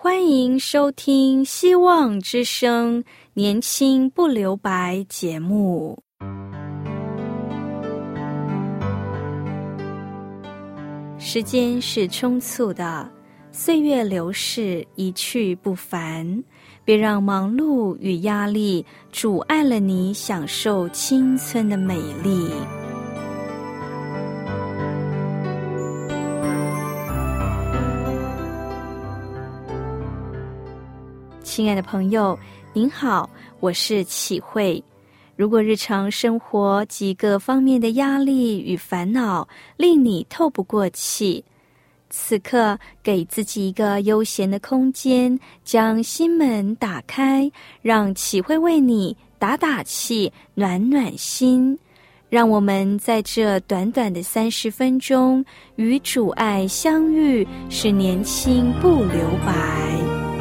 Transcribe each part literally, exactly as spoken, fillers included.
欢迎收听希望之声年轻不留白节目。时间是匆促的，岁月流逝，一去不返，别让忙碌与压力阻碍了你享受青春的美丽。亲爱的朋友，您好，我是启慧。如果日常生活几个方面的压力与烦恼令你透不过气，此刻给自己一个悠闲的空间，将心门打开，让启慧为你打打气，暖暖心。让我们在这短短的三十分钟与主爱相遇，使年轻不留白。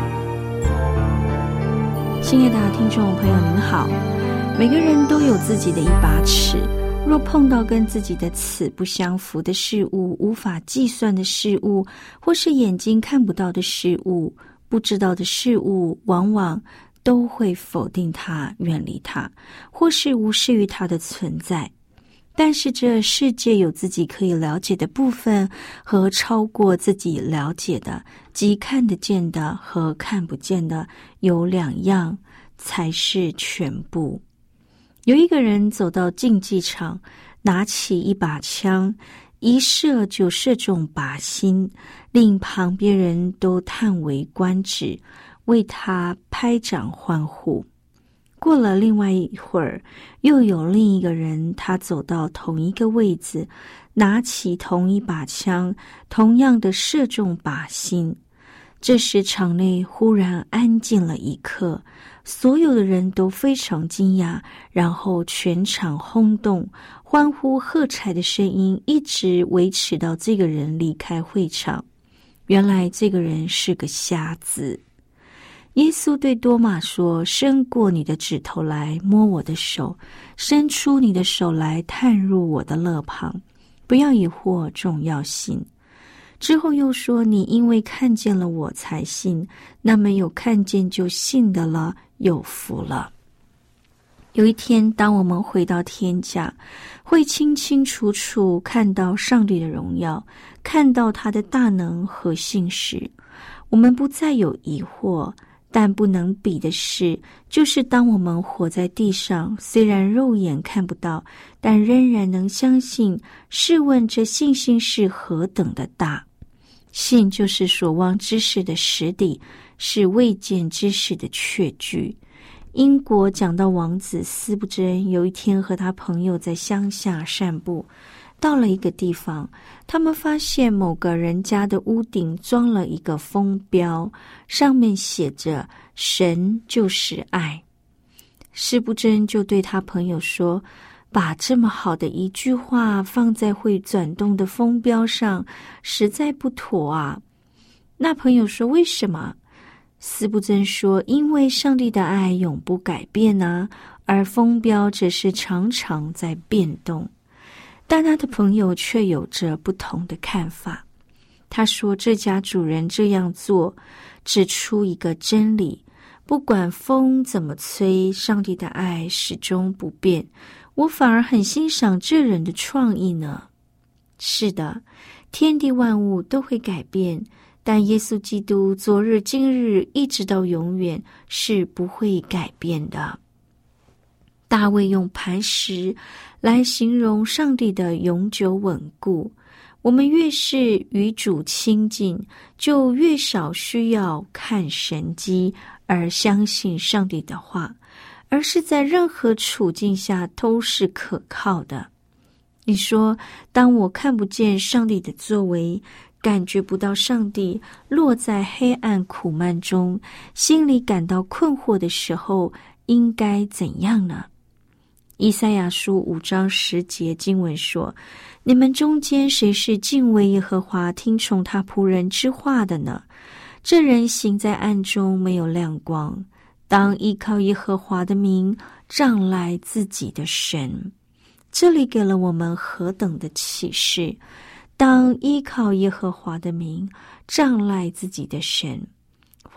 亲爱的听众朋友您好，每个人都有自己的一把尺，若碰到跟自己的尺不相符的事物，无法计算的事物，或是眼睛看不到的事物，不知道的事物，往往都会否定它，远离它，或是无视于它的存在。但是这世界有自己可以了解的部分和超过自己了解的，即看得见的和看不见的有两样才是全部。有一个人走到竞技场，拿起一把枪，一射就射中靶心，令旁边人都叹为观止，为他拍掌欢呼。过了另外一会儿，又有另一个人，他走到同一个位置，拿起同一把枪，同样的射中靶心。这时场内忽然安静了一刻，所有的人都非常惊讶，然后全场轰动，欢呼喝彩的声音一直维持到这个人离开会场。原来这个人是个瞎子。耶稣对多马说，伸过你的指头来摸我的手，伸出你的手来探入我的肋旁，不要疑惑，总要信。之后又说，你因为看见了我才信，那没有看见就信的了，有福了。有一天，当我们回到天家，会清清楚楚看到上帝的荣耀，看到他的大能和信实，我们不再有疑惑。但不能比的是，就是当我们活在地上，虽然肉眼看不到，但仍然能相信。试问这信心是何等的大？信就是所望之事的实底，是未见之事的确据。英国讲到王子司布真有一天和他朋友在乡下散步，到了一个地方，他们发现某个人家的屋顶装了一个风标，上面写着神就是爱。司布真就对他朋友说，把这么好的一句话放在会转动的风标上，实在不妥啊。那朋友说，为什么？司布真说，因为上帝的爱永不改变啊，而风标只是常常在变动。但他的朋友却有着不同的看法。他说，这家主人这样做指出一个真理，不管风怎么吹，上帝的爱始终不变。我反而很欣赏这人的创意呢。是的，天地万物都会改变，但耶稣基督昨日今日一直到永远是不会改变的。大卫用磐石来形容上帝的永久稳固。我们越是与主亲近，就越少需要看神迹而相信上帝的话，而是在任何处境下都是可靠的。你说，当我看不见上帝的作为，感觉不到上帝，落在黑暗苦闷中，心里感到困惑的时候，应该怎样呢？以赛亚书五章十节经文说，你们中间谁是敬畏耶和华，听从他仆人之话的呢？这人行在暗中，没有亮光，当依靠耶和华的名，仗赖自己的神。这里给了我们何等的启示，当依靠耶和华的名，仗赖自己的神。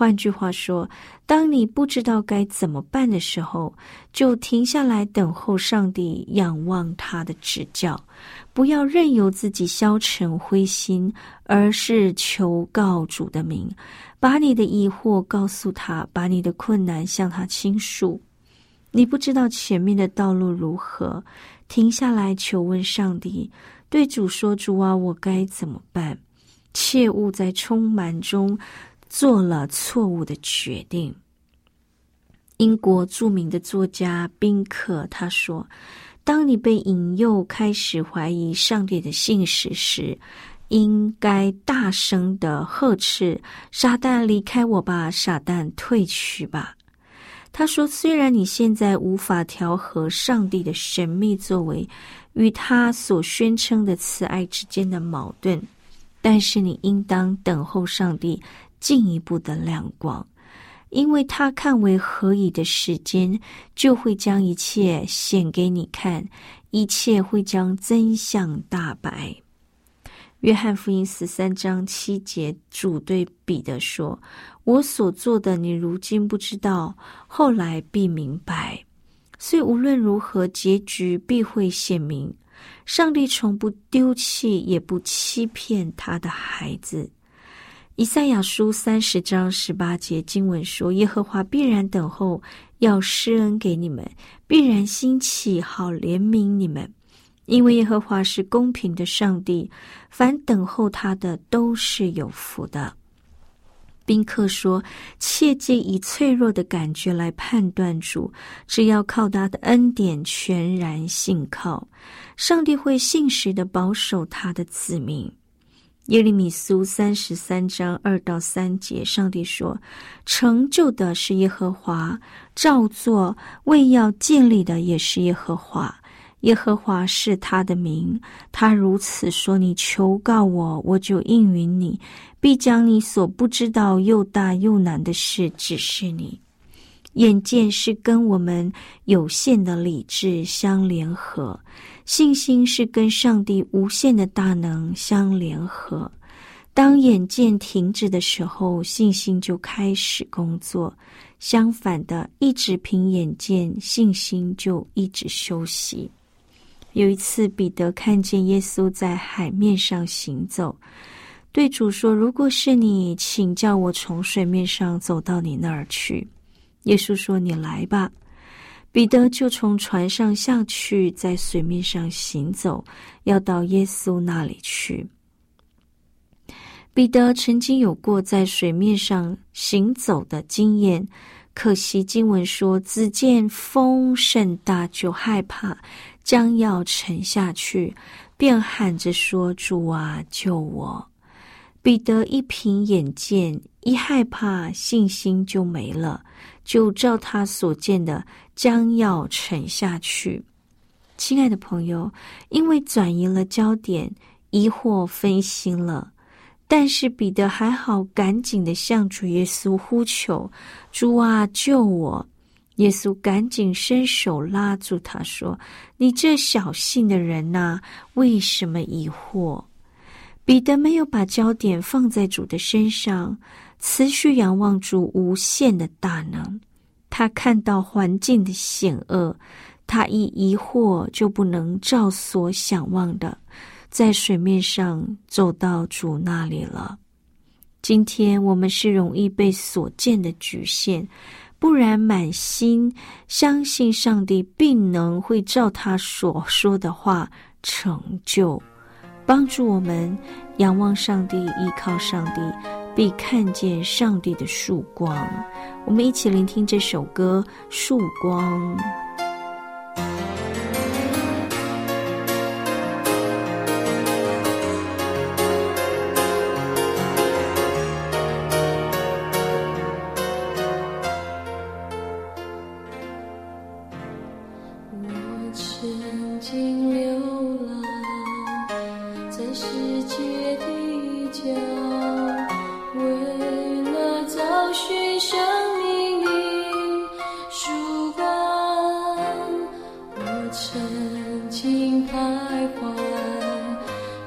换句话说，当你不知道该怎么办的时候，就停下来等候上帝，仰望他的指教，不要任由自己消沉灰心，而是求告主的名，把你的疑惑告诉他，把你的困难向他倾诉。你不知道前面的道路如何，停下来求问上帝，对主说，主啊，我该怎么办？切勿在充满中做了错误的决定。英国著名的作家宾克他说，当你被引诱开始怀疑上帝的信实时，应该大声地呵斥，撒旦离开我吧，撒旦退去吧。他说，虽然你现在无法调和上帝的神秘作为与他所宣称的慈爱之间的矛盾，但是你应当等候上帝进一步的亮光，因为他看为合宜的时间，就会将一切显给你看，一切会将真相大白。约翰福音十三章七节，主对彼得说，我所做的你如今不知道，后来必明白。所以无论如何，结局必会显明。上帝从不丢弃也不欺骗他的孩子。以赛亚书三十章十八节经文说，耶和华必然等候，要施恩给你们，必然兴起，好怜悯你们。因为耶和华是公平的上帝，凡等候他的都是有福的。宾客说，切忌以脆弱的感觉来判断主，只要靠他的恩典全然信靠，上帝会信实地保守他的子民。耶利米书三十三章二到三节，上帝说，成就的是耶和华，照做为要建立的也是耶和华。耶和华是他的名，他如此说，你求告我，我就应允你，必将你所不知道又大又难的事指示你。眼见是跟我们有限的理智相联合，信心是跟上帝无限的大能相联合。当眼见停止的时候，信心就开始工作，相反的，一直凭眼见，信心就一直休息。有一次，彼得看见耶稣在海面上行走，对主说，如果是你，请叫我从水面上走到你那儿去。耶稣说，你来吧。彼得就从船上下去，在水面上行走，要到耶稣那里去。彼得曾经有过在水面上行走的经验，可惜经文说，只见风甚大，就害怕，将要沉下去，便喊着说，主啊，救我。彼得一凭眼见，一害怕，信心就没了，就照他所见的将要沉下去。亲爱的朋友，因为转移了焦点，疑惑分心了，但是彼得还好，赶紧地向主耶稣呼求，主啊，救我。耶稣赶紧伸手拉住他说，你这小信的人啊，为什么疑惑？彼得没有把焦点放在主的身上，持续仰望主无限的大能。他看到环境的险恶，他一疑惑就不能照所想望的在水面上走到主那里了。今天我们是容易被所见的局限，不然满心相信上帝必能会照他所说的话成就，帮助我们仰望上帝，依靠上帝，必看见上帝的曙光。我们一起聆听这首歌《曙光》。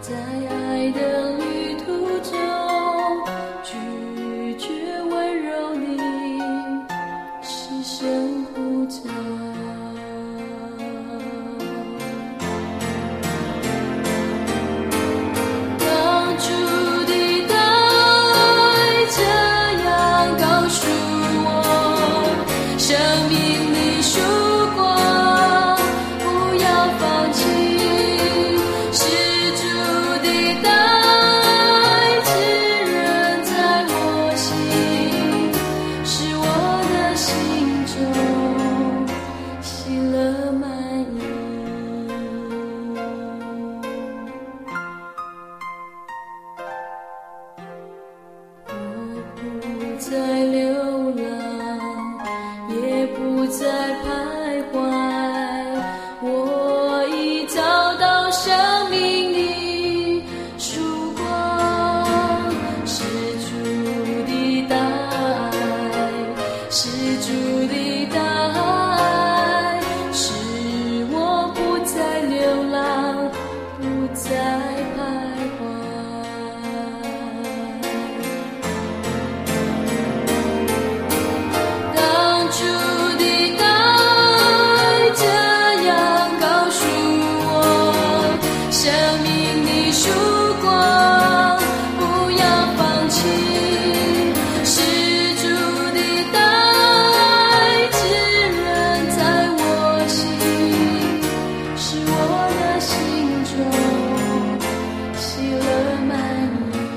在爱的旅途中，拒绝温柔不再徘徊，我已找到生命的曙光，是主的大爱，是主的大爱，使我不再流浪，不再徘徊。当主的大爱这样告诉我，生命的曙光不要放弃，是主的大爱滋润在我心，使我的心中喜乐满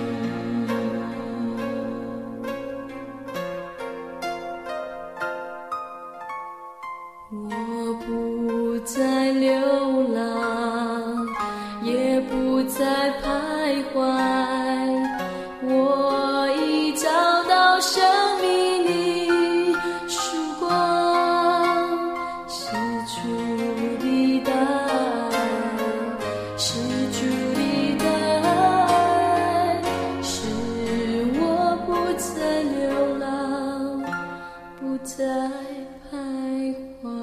溢。我不再流浪，也不再徘徊，我已找到生命的曙光，是主的大爱，是主的大爱，使我不再流浪，不再徘徊。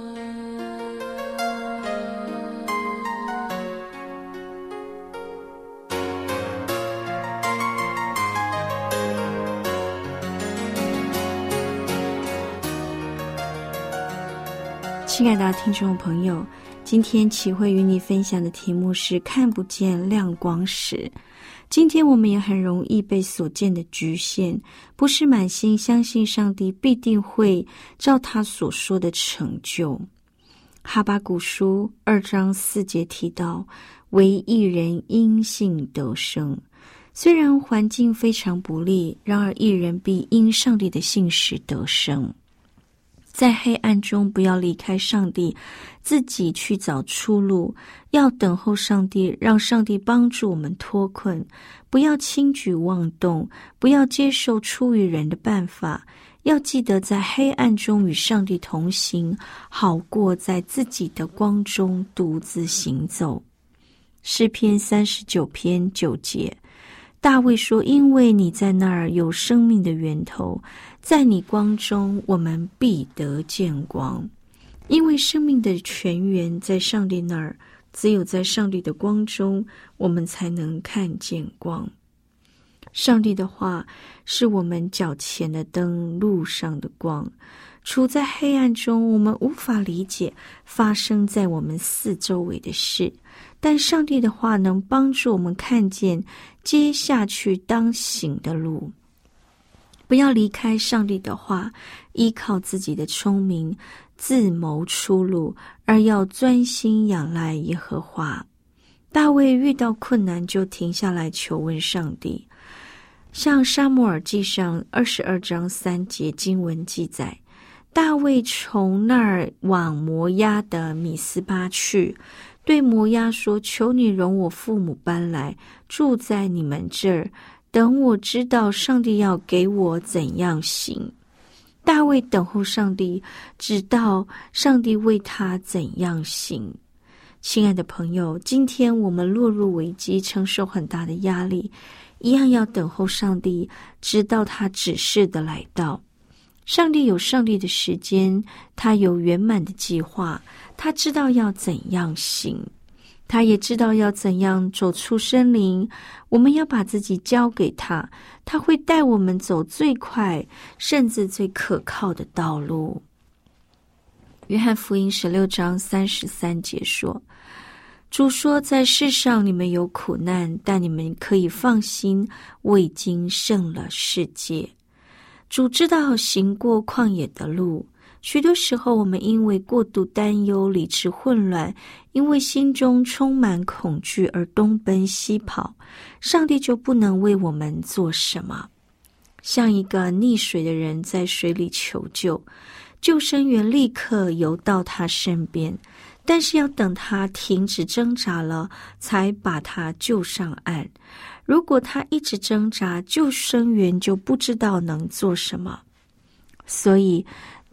亲爱的听众朋友，今天启慧与你分享的题目是看不见亮光时。今天我们也很容易被所见的局限，不是满心相信上帝必定会照他所说的成就。哈巴谷书二章四节提到，唯一人因信得生。虽然环境非常不利，然而一人必因上帝的信实得生。在黑暗中不要离开上帝，自己去找出路，要等候上帝，让上帝帮助我们脱困，不要轻举妄动，不要接受出于人的办法，要记得在黑暗中与上帝同行，好过在自己的光中独自行走。诗篇三十九篇九节，大卫说，因为你在那儿有生命的源头，在你光中我们必得见光。因为生命的泉源在上帝那儿，只有在上帝的光中我们才能看见光。上帝的话是我们脚前的灯，路上的光。处在黑暗中，我们无法理解发生在我们四周围的事，但上帝的话能帮助我们看见接下去当行的路。不要离开上帝的话，依靠自己的聪明，自谋出路，而要专心仰赖耶和华。大卫遇到困难就停下来求问上帝。像撒母耳记上二十二章三节经文记载，大卫从那儿往摩押的米斯巴去，对摩押说，求你容我父母搬来，住在你们这儿，等我知道上帝要给我怎样行。大卫等候上帝，直到上帝为他怎样行。亲爱的朋友，今天我们落入危机，承受很大的压力，一样要等候上帝，直到他指示的来到。上帝有上帝的时间，他有圆满的计划，他知道要怎样行，他也知道要怎样走出森林。我们要把自己交给他，他会带我们走最快甚至最可靠的道路。约翰福音十六章三十三节说，主说，在世上你们有苦难，但你们可以放心，我已经胜了世界。主知道行过旷野的路，许多时候我们因为过度担忧，理智混乱，因为心中充满恐惧而东奔西跑，上帝就不能为我们做什么。像一个溺水的人在水里求救，救生员立刻游到他身边，但是要等他停止挣扎了，才把他救上岸。如果他一直挣扎，救生员就不知道能做什么。所以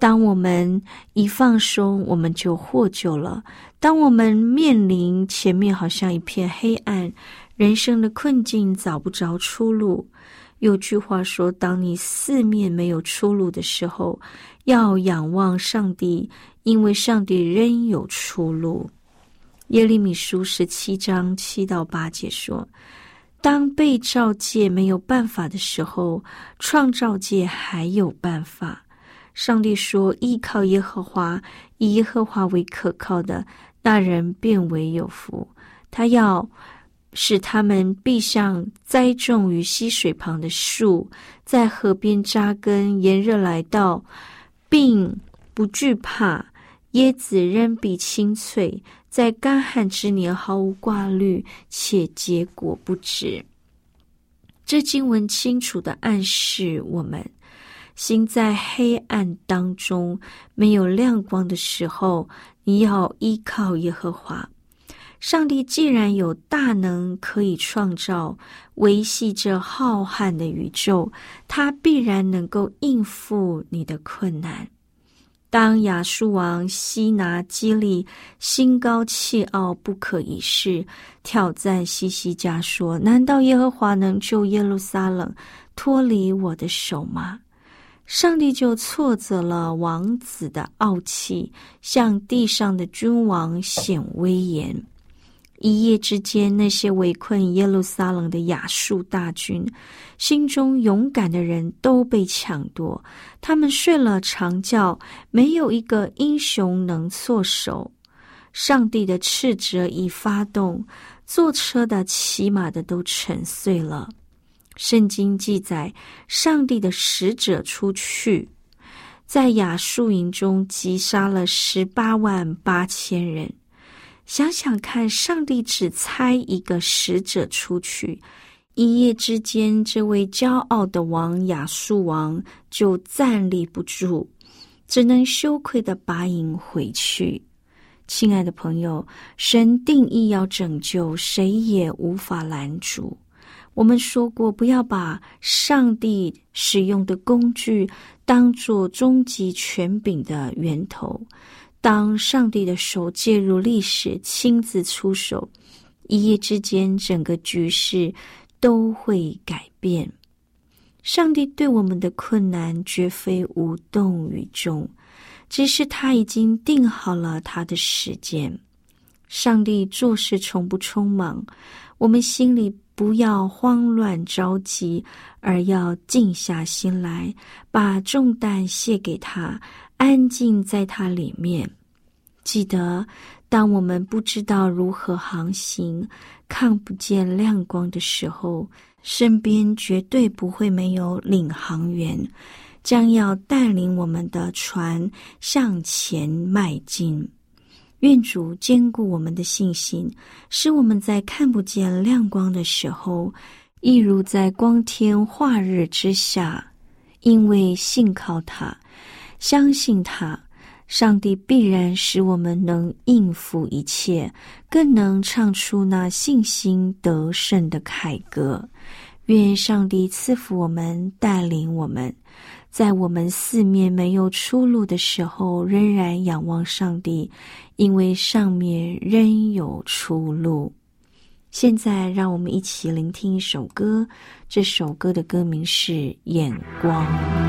当我们一放松，我们就获救了。当我们面临前面好像一片黑暗，人生的困境找不着出路，有句话说，当你四面没有出路的时候，要仰望上帝，因为上帝仍有出路。耶利米书十七章七到八节说，当被造界没有办法的时候，创造界还有办法。上帝说，依靠耶和华，以耶和华为可靠的，那人便为有福。他要使他们必像栽种于溪水旁的树，在河边扎根，炎热来到，并不惧怕，椰子仍必青翠，在干旱之年毫无挂虑，且结果不止。这经文清楚地暗示我们，行在黑暗当中，没有亮光的时候，你要依靠耶和华。上帝既然有大能可以创造维系这浩瀚的宇宙，他必然能够应付你的困难。当亚述王西拿基利心高气傲，不可一世，挑战西西家说，难道耶和华能救耶路撒冷脱离我的手吗？上帝就挫折了王子的傲气，向地上的君王显威严。一夜之间，那些围困耶路撒冷的亚述大军，心中勇敢的人都被抢夺，他们睡了长觉，没有一个英雄能措手。上帝的斥责已发动，坐车的骑马的都沉碎了。圣经记载，上帝的使者出去，在亚述营中击杀了十八万八千人。想想看，上帝只差一个使者出去，一夜之间，这位骄傲的王亚述王就站立不住，只能羞愧地拔营回去。亲爱的朋友，神定义要拯救，谁也无法拦阻。我们说过，不要把上帝使用的工具当作终极权柄的源头。当上帝的手介入历史，亲自出手，一夜之间，整个局势都会改变。上帝对我们的困难绝非无动于衷，只是他已经定好了他的时间。上帝做事从不匆忙，我们心里不要慌乱着急，而要静下心来，把重担卸给他，安静在他里面。记得，当我们不知道如何航行，看不见亮光的时候，身边绝对不会没有领航员，将要带领我们的船向前迈进。愿主坚固我们的信心，使我们在看不见亮光的时候，一如在光天化日之下，因为信靠他，相信他，上帝必然使我们能应付一切，更能唱出那信心得胜的凯歌。愿上帝赐福我们，带领我们，在我们四面没有出路的时候，仍然仰望上帝，因为上面仍有出路。现在让我们一起聆听一首歌，这首歌的歌名是《眼光》。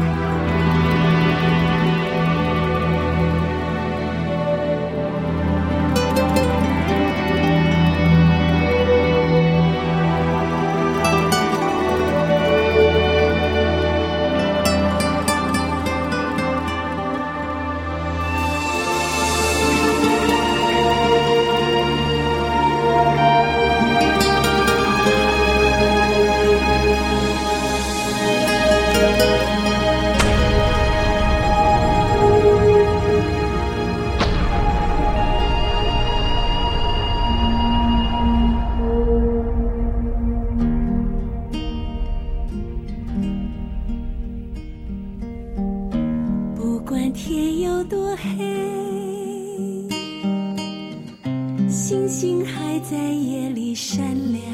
星星还在夜里闪亮，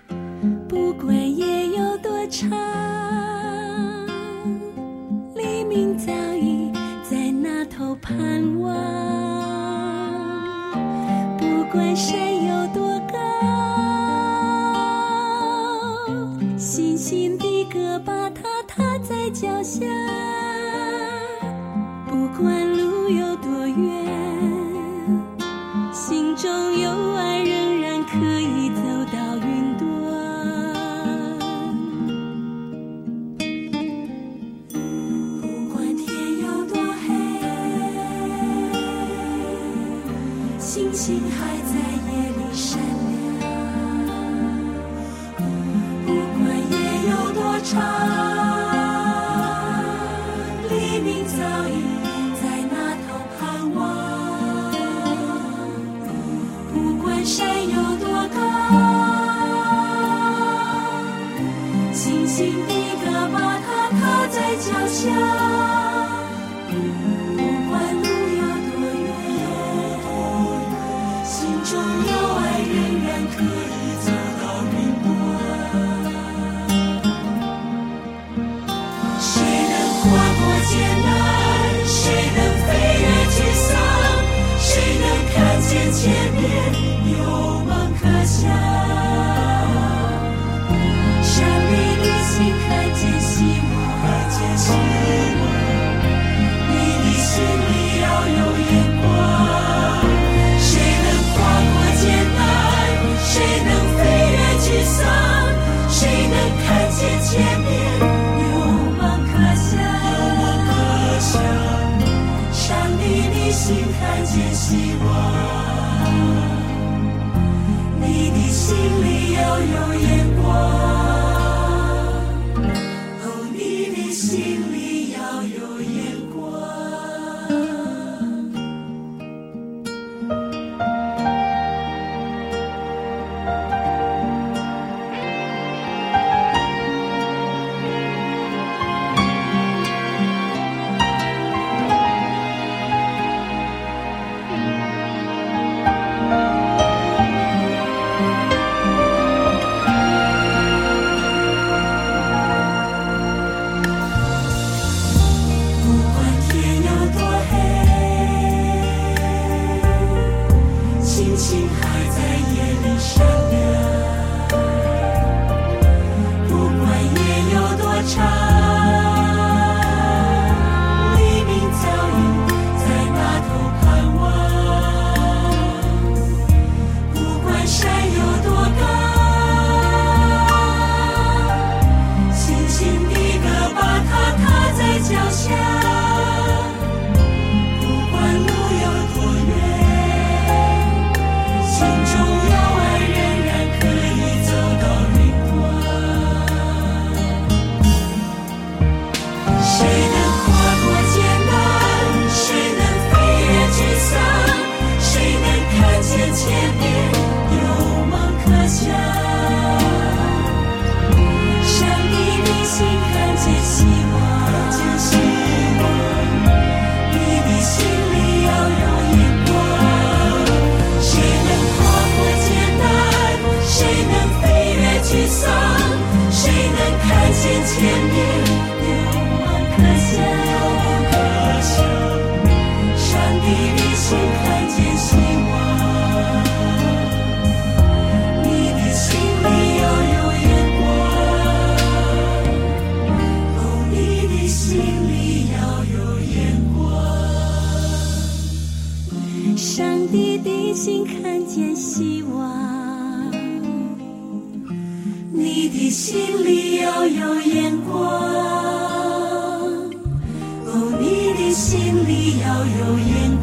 不管夜有多长，黎明民早已在那头盼望。不管山有多高，信心的歌把它踏在脚下。不管路有多远，心中有爱仍然可以走到云端。不管天有多黑，星星还在夜里闪亮。不管夜有多长，黎明早已在那头盼望。不管山有多高，星星的歌把它踏在脚下。不管路有多远，心中有爱仍然可以走到云端。谁能跨过艰难，谁能飞越沮丧，谁能看见前面有梦可想。山里的心看见希望，看见希望。你的心里要有眼光。谁能跨过艰难，谁能飞越沮丧，谁能看见前面有梦可想，有梦可想。上帝的心看见希望，你的心里要有眼光。哦，你的心里要有眼光。上帝的心看见希望，你的心里要有眼光。哦，你的心里要有眼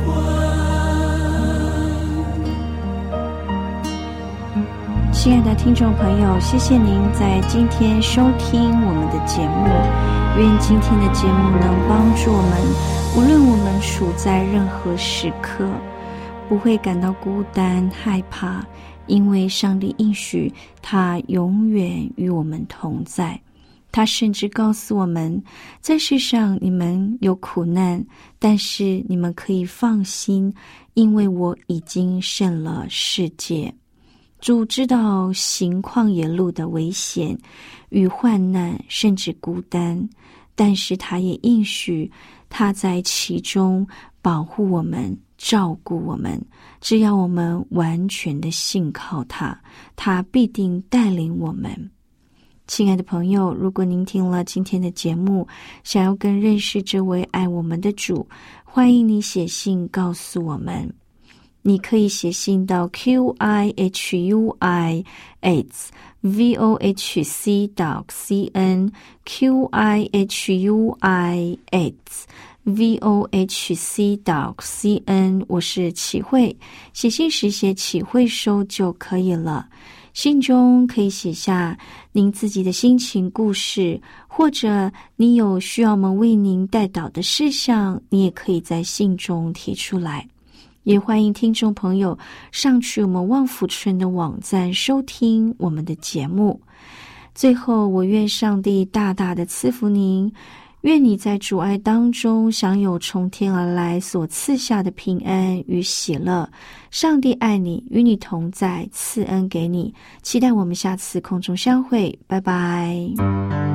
光。 亲爱的听众朋友，谢谢您在今天收听我们的节目。愿今天的节目能帮助我们，无论我们处在任何时刻，不会感到孤单害怕，因为上帝应许他永远与我们同在。他甚至告诉我们，在世上你们有苦难，但是你们可以放心，因为我已经胜了世界。主知道行旷野路的危险与患难，甚至孤单， 但是他也应许他在其中保护我们，照顾我们，只要我们完全的信靠他，他必定带领我们。亲爱的朋友，如果您听了今天的节目，想要更认识这位爱我们的主，欢迎你写信告诉我们。你可以写信到 q i h u i aids vohc dot c n q i h u i aids vohc dot c n， 我是启慧，写信时写启慧收就可以了。信中可以写下您自己的心情故事，或者你有需要我们为您代祷的事项，你也可以在信中提出来。也欢迎听众朋友上去我们旺福村的网站收听我们的节目。最后，我愿上帝大大的赐福您，愿你在主爱当中享有从天而来所赐下的平安与喜乐。上帝爱你，与你同在，赐恩给你。期待我们下次空中相会，拜拜。